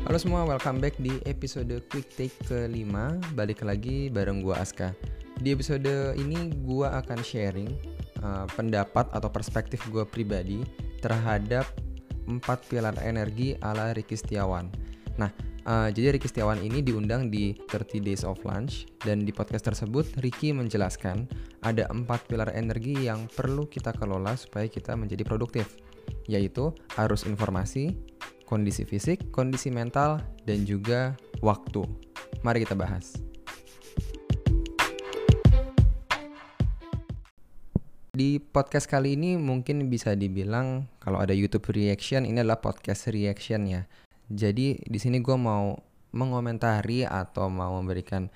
Halo semua, welcome back di episode Quick Take ke-5. Balik lagi bareng gua Aska. Di episode ini gua akan sharing pendapat atau perspektif gua pribadi terhadap 4 pilar energi ala Ricky Setiawan. Nah, jadi Ricky Setiawan ini diundang di 30 Days of Lunch, dan di podcast tersebut Ricky menjelaskan ada 4 pilar energi yang perlu kita kelola supaya kita menjadi produktif, yaitu arus informasi, kondisi fisik, kondisi mental, dan juga waktu. Mari kita bahas. Di podcast kali ini mungkin bisa dibilang kalau ada YouTube reaction, ini adalah podcast reaction ya. Jadi di sini gue mau mengomentari atau mau memberikan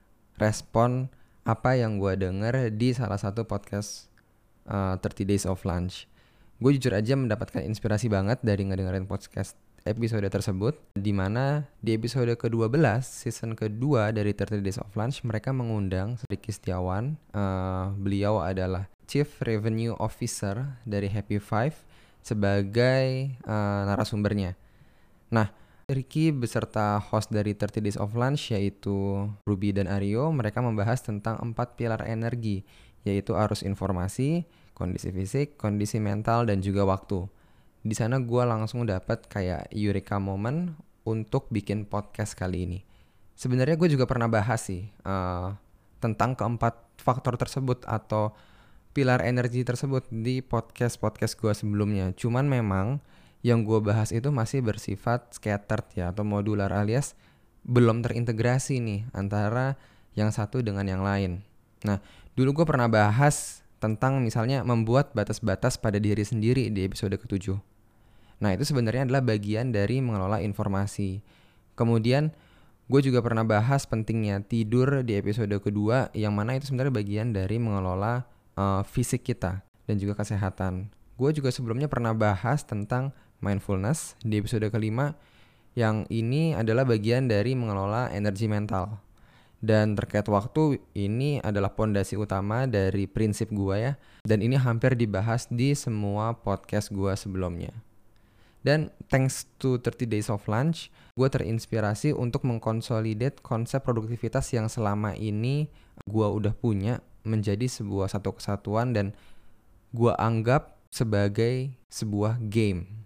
respon apa yang gue denger di salah satu podcast 30 Days of Lunch. Gue jujur aja mendapatkan inspirasi banget dari ngedengerin podcast episode tersebut, di mana di episode ke-12 season kedua dari 30 Days of Lunch mereka mengundang Ricky Setiawan. Beliau adalah Chief Revenue Officer dari Happy Five sebagai narasumbernya. Nah, Ricky beserta host dari 30 Days of Lunch yaitu Ruby dan Aryo, mereka membahas tentang 4 pilar energi, yaitu arus informasi, kondisi fisik, kondisi mental, dan juga waktu. Di sana gue langsung dapat kayak eureka moment untuk bikin podcast kali ini. Sebenarnya gue juga pernah bahas sih tentang keempat faktor tersebut atau pilar energi tersebut di podcast gue sebelumnya. Cuman memang yang gue bahas itu masih bersifat scattered ya, atau modular, alias belum terintegrasi nih antara yang satu dengan yang lain. Nah, dulu gue pernah bahas tentang misalnya membuat batas-batas pada diri sendiri di episode ke-7. Nah, itu sebenarnya adalah bagian dari mengelola informasi. Kemudian gue juga pernah bahas pentingnya tidur di episode kedua, yang mana itu sebenarnya bagian dari mengelola fisik kita dan juga kesehatan. Gue juga sebelumnya pernah bahas tentang mindfulness di episode ke-5, yang ini adalah bagian dari mengelola energi mental. Dan terkait waktu, ini adalah pondasi utama dari prinsip gue ya. Dan ini hampir dibahas di semua podcast gue sebelumnya. Dan thanks to 30 Days of Lunch, gue terinspirasi untuk mengkonsolidate konsep produktivitas yang selama ini gue udah punya menjadi sebuah satu kesatuan, dan gue anggap sebagai sebuah game.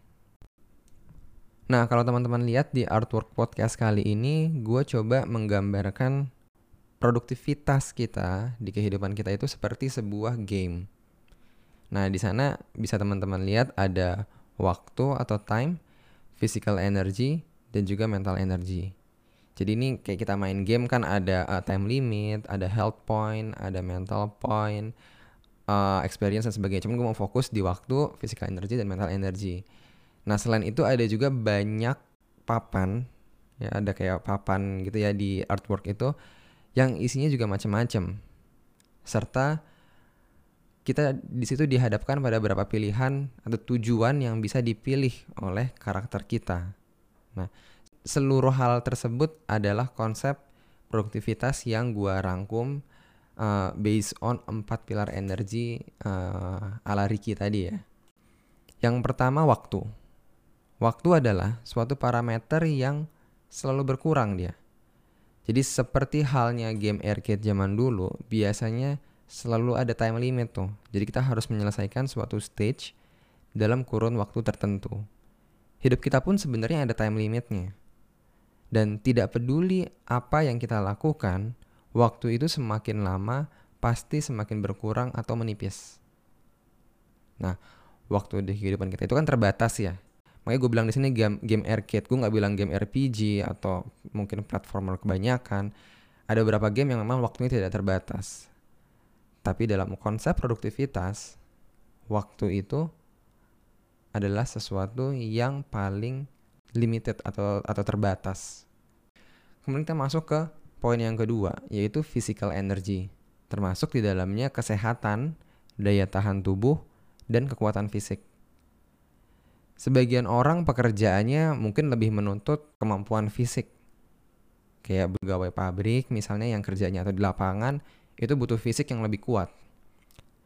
Nah, kalau teman-teman lihat di artwork podcast kali ini, gue coba menggambarkan produktivitas kita di kehidupan kita itu seperti sebuah game. Nah, di sana bisa teman-teman lihat ada waktu atau time, physical energy, dan juga mental energy. Jadi ini kayak kita main game kan, ada time limit, ada health point, ada mental point, experience dan sebagainya. Cuman gue mau fokus di waktu, physical energy, dan mental energy. Nah, selain itu ada juga banyak papan, ya ada kayak papan gitu ya di artwork itu, yang isinya juga macam-macam. Serta kita di situ dihadapkan pada beberapa pilihan atau tujuan yang bisa dipilih oleh karakter kita. Nah, seluruh hal tersebut adalah konsep produktivitas yang gua rangkum based on 4 pilar energi ala Ricky tadi ya. Yang pertama, waktu. Waktu adalah suatu parameter yang selalu berkurang dia. Jadi seperti halnya game arcade zaman dulu, biasanya selalu ada time limit tuh. Jadi kita harus menyelesaikan suatu stage dalam kurun waktu tertentu. Hidup kita pun sebenarnya ada time limitnya. Dan tidak peduli apa yang kita lakukan, waktu itu semakin lama pasti semakin berkurang atau menipis. Nah, waktu di kehidupan kita itu kan terbatas ya. Makanya gue bilang di sini game arcade, gue nggak bilang game RPG atau mungkin platformer kebanyakan. Ada beberapa game yang memang waktunya tidak terbatas. Tapi dalam konsep produktivitas, waktu itu adalah sesuatu yang paling limited atau terbatas. Kemudian kita masuk ke poin yang kedua, yaitu physical energy. Termasuk di dalamnya kesehatan, daya tahan tubuh, dan kekuatan fisik. Sebagian orang pekerjaannya mungkin lebih menuntut kemampuan fisik. Kayak pegawai pabrik misalnya yang kerjanya atau di lapangan, itu butuh fisik yang lebih kuat.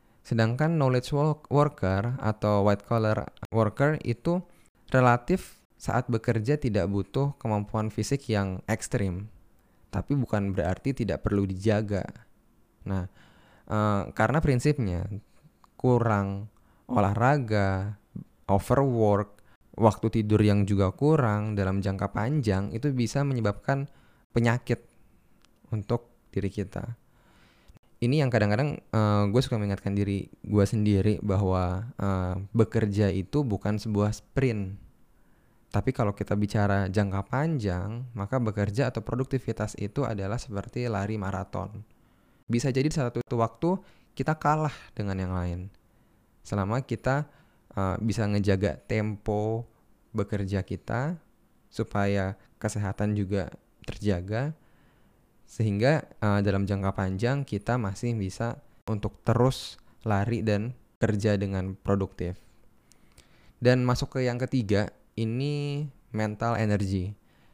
Sedangkan knowledge worker atau white collar worker itu relatif saat bekerja tidak butuh kemampuan fisik yang ekstrim, tapi bukan berarti tidak perlu dijaga. Nah, karena prinsipnya kurang olahraga, overwork, waktu tidur yang juga kurang dalam jangka panjang itu bisa menyebabkan penyakit untuk diri kita. Ini yang kadang-kadang gue suka mengingatkan diri gue sendiri bahwa bekerja itu bukan sebuah sprint. Tapi kalau kita bicara jangka panjang, maka bekerja atau produktivitas itu adalah seperti lari maraton. Bisa jadi satu waktu kita kalah dengan yang lain. Selama kita bisa ngejaga tempo bekerja kita supaya kesehatan juga terjaga, sehingga dalam jangka panjang kita masih bisa untuk terus lari dan kerja dengan produktif. Dan masuk ke yang ketiga, ini mental energy.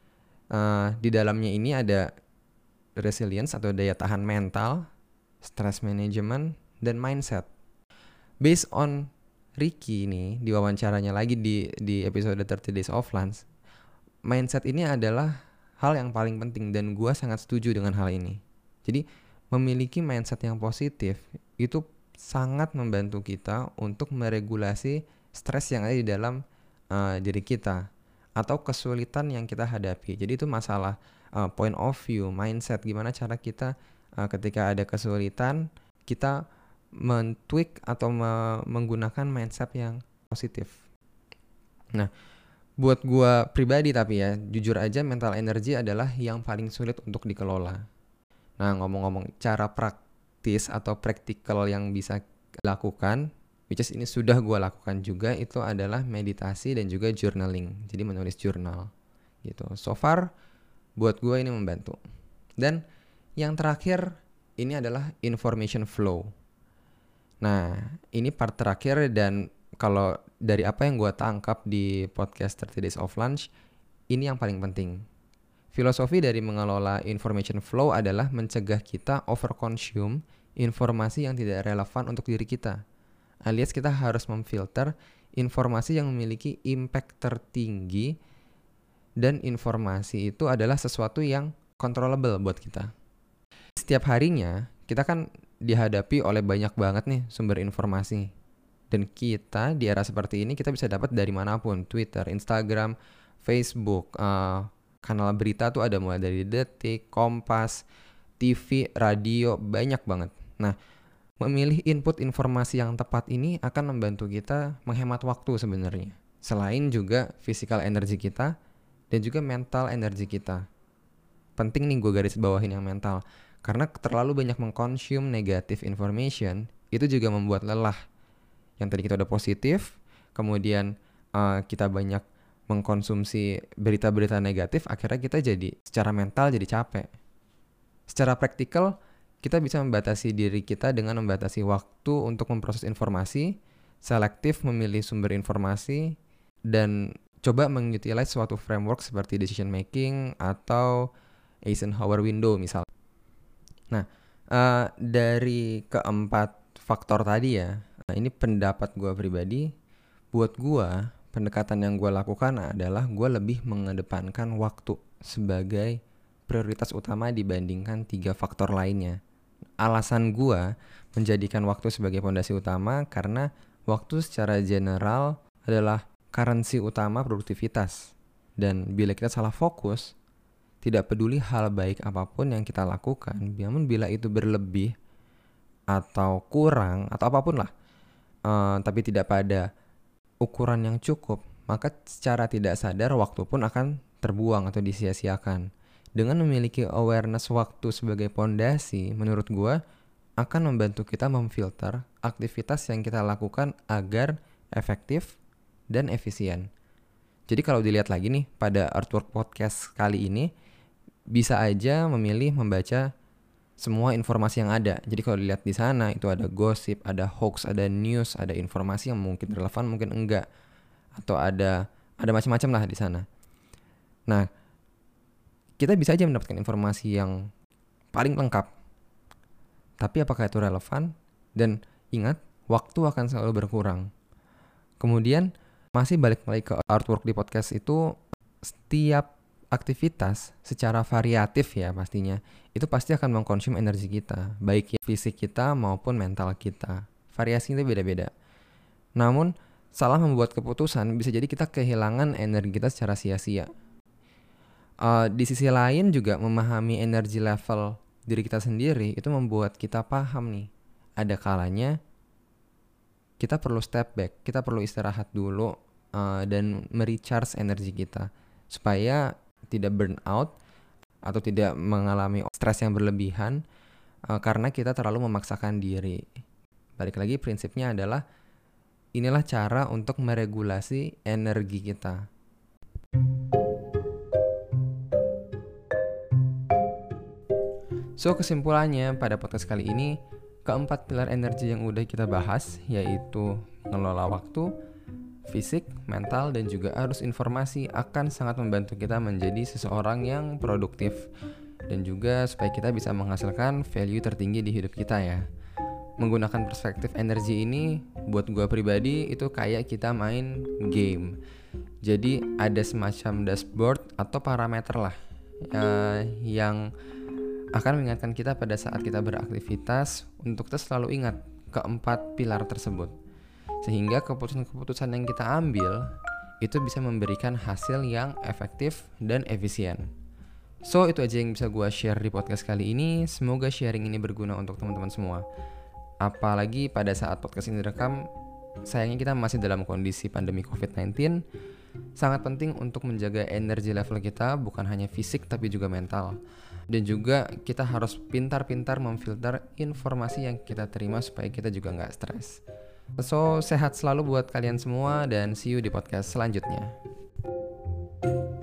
Di dalamnya ini ada resilience atau daya tahan mental, stress management, dan mindset. Based on Ricky ini, di wawancaranya lagi di episode 30 Days of Lunch, mindset ini adalah hal yang paling penting dan gue sangat setuju dengan hal ini. Jadi memiliki mindset yang positif itu sangat membantu kita untuk meregulasi stres yang ada di dalam diri kita atau kesulitan yang kita hadapi. Jadi itu masalah point of view, mindset, gimana cara kita ketika ada kesulitan kita men-tweak atau menggunakan mindset yang positif. Nah, buat gua pribadi tapi ya, jujur aja mental energy adalah yang paling sulit untuk dikelola. Nah, ngomong-ngomong cara praktis atau praktikal yang bisa dilakukan, which is ini sudah gua lakukan juga, itu adalah meditasi dan juga journaling. Jadi menulis jurnal gitu. So far buat gua ini membantu. Dan yang terakhir ini adalah information flow. Nah, ini part terakhir dan kalau dari apa yang gue tangkap di podcast 30 Days of Lunch, ini yang paling penting. Filosofi dari mengelola information flow adalah mencegah kita overconsume informasi yang tidak relevan untuk diri kita. Alias kita harus memfilter informasi yang memiliki impact tertinggi dan informasi itu adalah sesuatu yang controllable buat kita. Setiap harinya kita kan dihadapi oleh banyak banget nih sumber informasi. Dan kita di era seperti ini kita bisa dapat dari manapun. Twitter, Instagram, Facebook, kanal berita tuh ada mulai dari Detik, Kompas, TV, radio, banyak banget. Nah, memilih input informasi yang tepat ini akan membantu kita menghemat waktu sebenarnya. Selain juga physical energy kita dan juga mental energy kita. Penting nih gue garis bawahin yang mental. Karena terlalu banyak mengkonsum negative information, itu juga membuat lelah. Yang tadi kita udah positif, kemudian kita banyak mengkonsumsi berita-berita negatif, akhirnya kita jadi secara mental jadi capek. Secara praktikal, kita bisa membatasi diri kita dengan membatasi waktu untuk memproses informasi, selektif memilih sumber informasi, dan coba mengutilize suatu framework seperti decision making atau Eisenhower window misalnya. Nah, dari keempat faktor tadi ya, ini pendapat gue pribadi. Buat gue, pendekatan yang gue lakukan adalah gue lebih mengedepankan waktu sebagai prioritas utama dibandingkan 3 faktor lainnya. Alasan gue menjadikan waktu sebagai fondasi utama karena waktu secara general adalah currency utama produktivitas. Dan bila kita salah fokus, tidak peduli hal baik apapun yang kita lakukan, namun bila itu berlebih atau kurang atau apapun lah, tapi tidak pada ukuran yang cukup, maka secara tidak sadar waktu pun akan terbuang atau disia-siakan. Dengan memiliki awareness waktu sebagai pondasi, menurut gue akan membantu kita memfilter aktivitas yang kita lakukan agar efektif dan efisien. Jadi kalau dilihat lagi nih pada artwork podcast kali ini, bisa aja memilih membaca semua informasi yang ada. Jadi kalau dilihat di sana itu ada gosip, ada hoax, ada news, ada informasi yang mungkin relevan, mungkin enggak, atau ada macam-macam lah di sana. Nah, kita bisa aja mendapatkan informasi yang paling lengkap. Tapi apakah itu relevan? Dan ingat, waktu akan selalu berkurang. Kemudian masih balik lagi ke artwork di podcast itu, setiap aktivitas secara variatif ya pastinya, itu pasti akan mengkonsum energi kita, baik ya fisik kita maupun mental kita. Variasinya beda-beda. Namun, salah membuat keputusan bisa jadi kita kehilangan energi kita secara sia-sia. Di sisi lain juga memahami energi level diri kita sendiri itu membuat kita paham nih, ada kalanya kita perlu step back, kita perlu istirahat dulu dan merecharge energi kita supaya tidak burn out atau tidak mengalami stres yang berlebihan karena kita terlalu memaksakan diri. Balik lagi prinsipnya adalah inilah cara untuk meregulasi energi kita. So kesimpulannya pada podcast kali ini, keempat pilar energi yang udah kita bahas yaitu mengelola waktu, fisik, mental, dan juga arus informasi akan sangat membantu kita menjadi seseorang yang produktif dan juga supaya kita bisa menghasilkan value tertinggi di hidup kita ya. Menggunakan perspektif energi ini buat gue pribadi itu kayak kita main game. Jadi ada semacam dashboard atau parameter lah yang akan mengingatkan kita pada saat kita beraktivitas untuk kita selalu ingat keempat pilar tersebut. Sehingga keputusan-keputusan yang kita ambil itu bisa memberikan hasil yang efektif dan efisien. So itu aja yang bisa gue share di podcast kali ini. Semoga sharing ini berguna untuk teman-teman semua. Apalagi pada saat podcast ini direkam, sayangnya kita masih dalam kondisi pandemi COVID-19. Sangat penting untuk menjaga energi level kita, bukan hanya fisik tapi juga mental. Dan juga kita harus pintar-pintar memfilter informasi yang kita terima supaya kita juga gak stres. So sehat selalu buat kalian semua dan see you di podcast selanjutnya.